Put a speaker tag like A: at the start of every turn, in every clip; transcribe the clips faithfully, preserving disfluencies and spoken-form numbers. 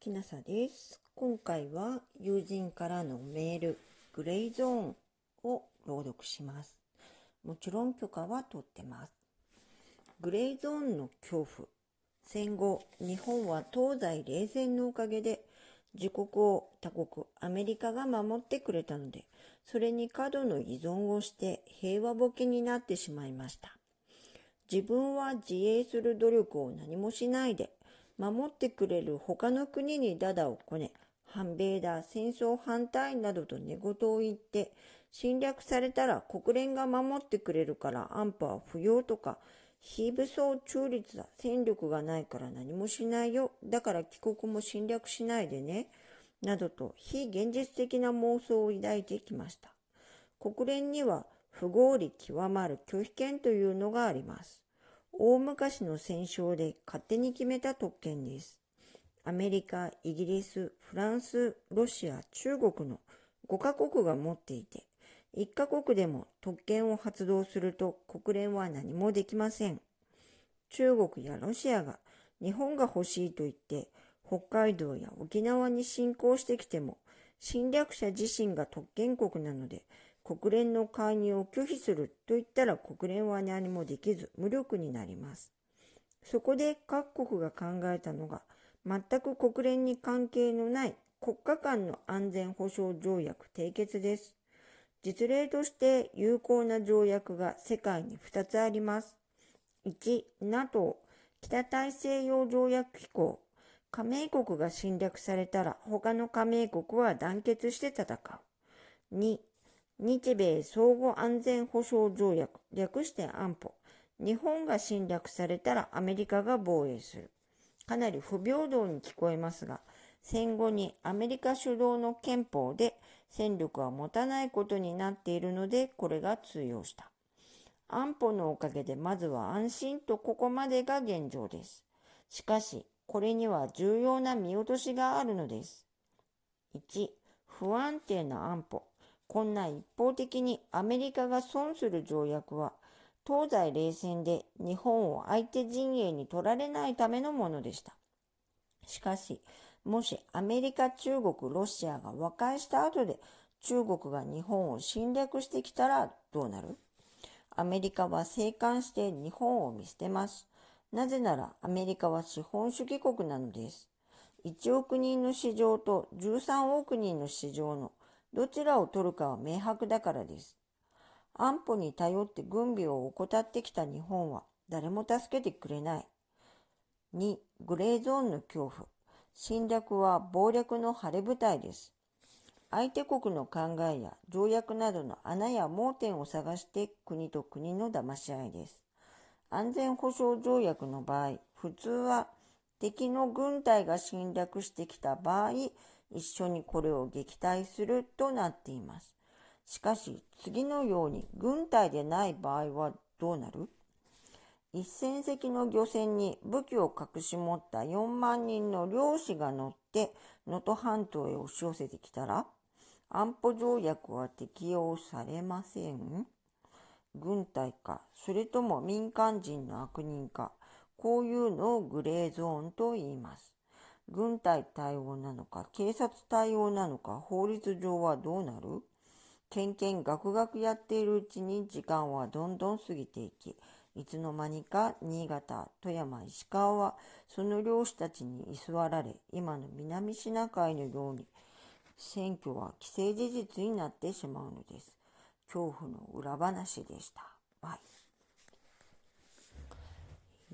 A: きなさです。今回は友人からのメール、グレイゾーンを朗読します。もちろん許可は取ってます。グレイゾーンの恐怖。戦後、日本は東西冷戦のおかげで自国を他国、アメリカが守ってくれたので、それに過度の依存をして平和ボケになってしまいました。自分は自衛する努力を何もしないで、守ってくれる他の国にダダをこね、反米だ、戦争反対などと寝言を言って、侵略されたら国連が守ってくれるから安保は不要とか、非武装中立だ、戦力がないから何もしないよ、だから帰国も侵略しないでね、などと非現実的な妄想を抱いてきました。国連には不合理極まる拒否権というのがあります。大昔の戦勝で勝手に決めた特権です。アメリカ、イギリス、フランス、ロシア、中国のごカ国が持っていて、いっカ国でも特権を発動すると国連は何もできません。中国やロシアが日本が欲しいと言って北海道や沖縄に侵攻してきても、侵略者自身が特権国なので国連の介入を拒否すると言ったら国連は何もできず無力になります。そこで各国が考えたのが、全く国連に関係のない国家間の安全保障条約締結です。実例として有効な条約が世界にふたつあります。いち、ナトー、北大西洋条約機構。加盟国が侵略されたら他の加盟国は団結して戦う。に、日米相互安全保障条約、略して安保。日本が侵略されたらアメリカが防衛する。かなり不平等に聞こえますが、戦後にアメリカ主導の憲法で戦力は持たないことになっているので、これが通用した。安保のおかげでまずは安心とここまでが現状です。しかし、これには重要な見落としがあるのです。いち、不安定な安保。こんな一方的にアメリカが損する条約は、東西冷戦で日本を相手陣営に取られないためのものでした。しかし、もしアメリカ、中国、ロシアが和解した後で中国が日本を侵略してきたらどうなる？アメリカは静観して日本を見捨てます。なぜならアメリカは資本主義国なのです。いちおく人の市場とじゅうさんおく人の市場のどちらを取るかは明白だからです。安保に頼って軍備を怠ってきた日本は誰も助けてくれない。に、グレーゾーンの恐怖。侵略は謀略の晴れ舞台です。相手国の考えや条約などの穴や盲点を探して国と国の騙し合いです。安全保障条約の場合、普通は敵の軍隊が侵略してきた場合、一緒にこれを撃退するとなっています。しかし、次のように軍隊でない場合はどうなる？一船隻の漁船に武器を隠し持ったよんまん人の漁師が乗って能登半島へ押し寄せてきたら、安保条約は適用されません。軍隊か、それとも民間人の悪人か、こういうのをグレーゾーンと言います。軍隊対応なのか、警察対応なのか、法律上はどうなる？けんけんがくがくやっているうちに時間はどんどん過ぎていき、いつの間にか新潟、富山、石川はその漁師たちに居座られ、今の南シナ海のように選挙は既成事実になってしまうのです。恐怖の裏話でした。はい、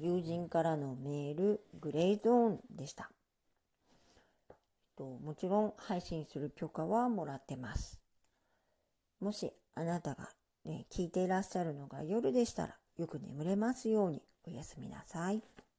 A: 友人からのメール、グレーゾーンでした。もちろん配信する許可はもらってます。もしあなたが、ね、聞いていらっしゃるのが夜でしたら、よく眠れますようにおやすみなさい。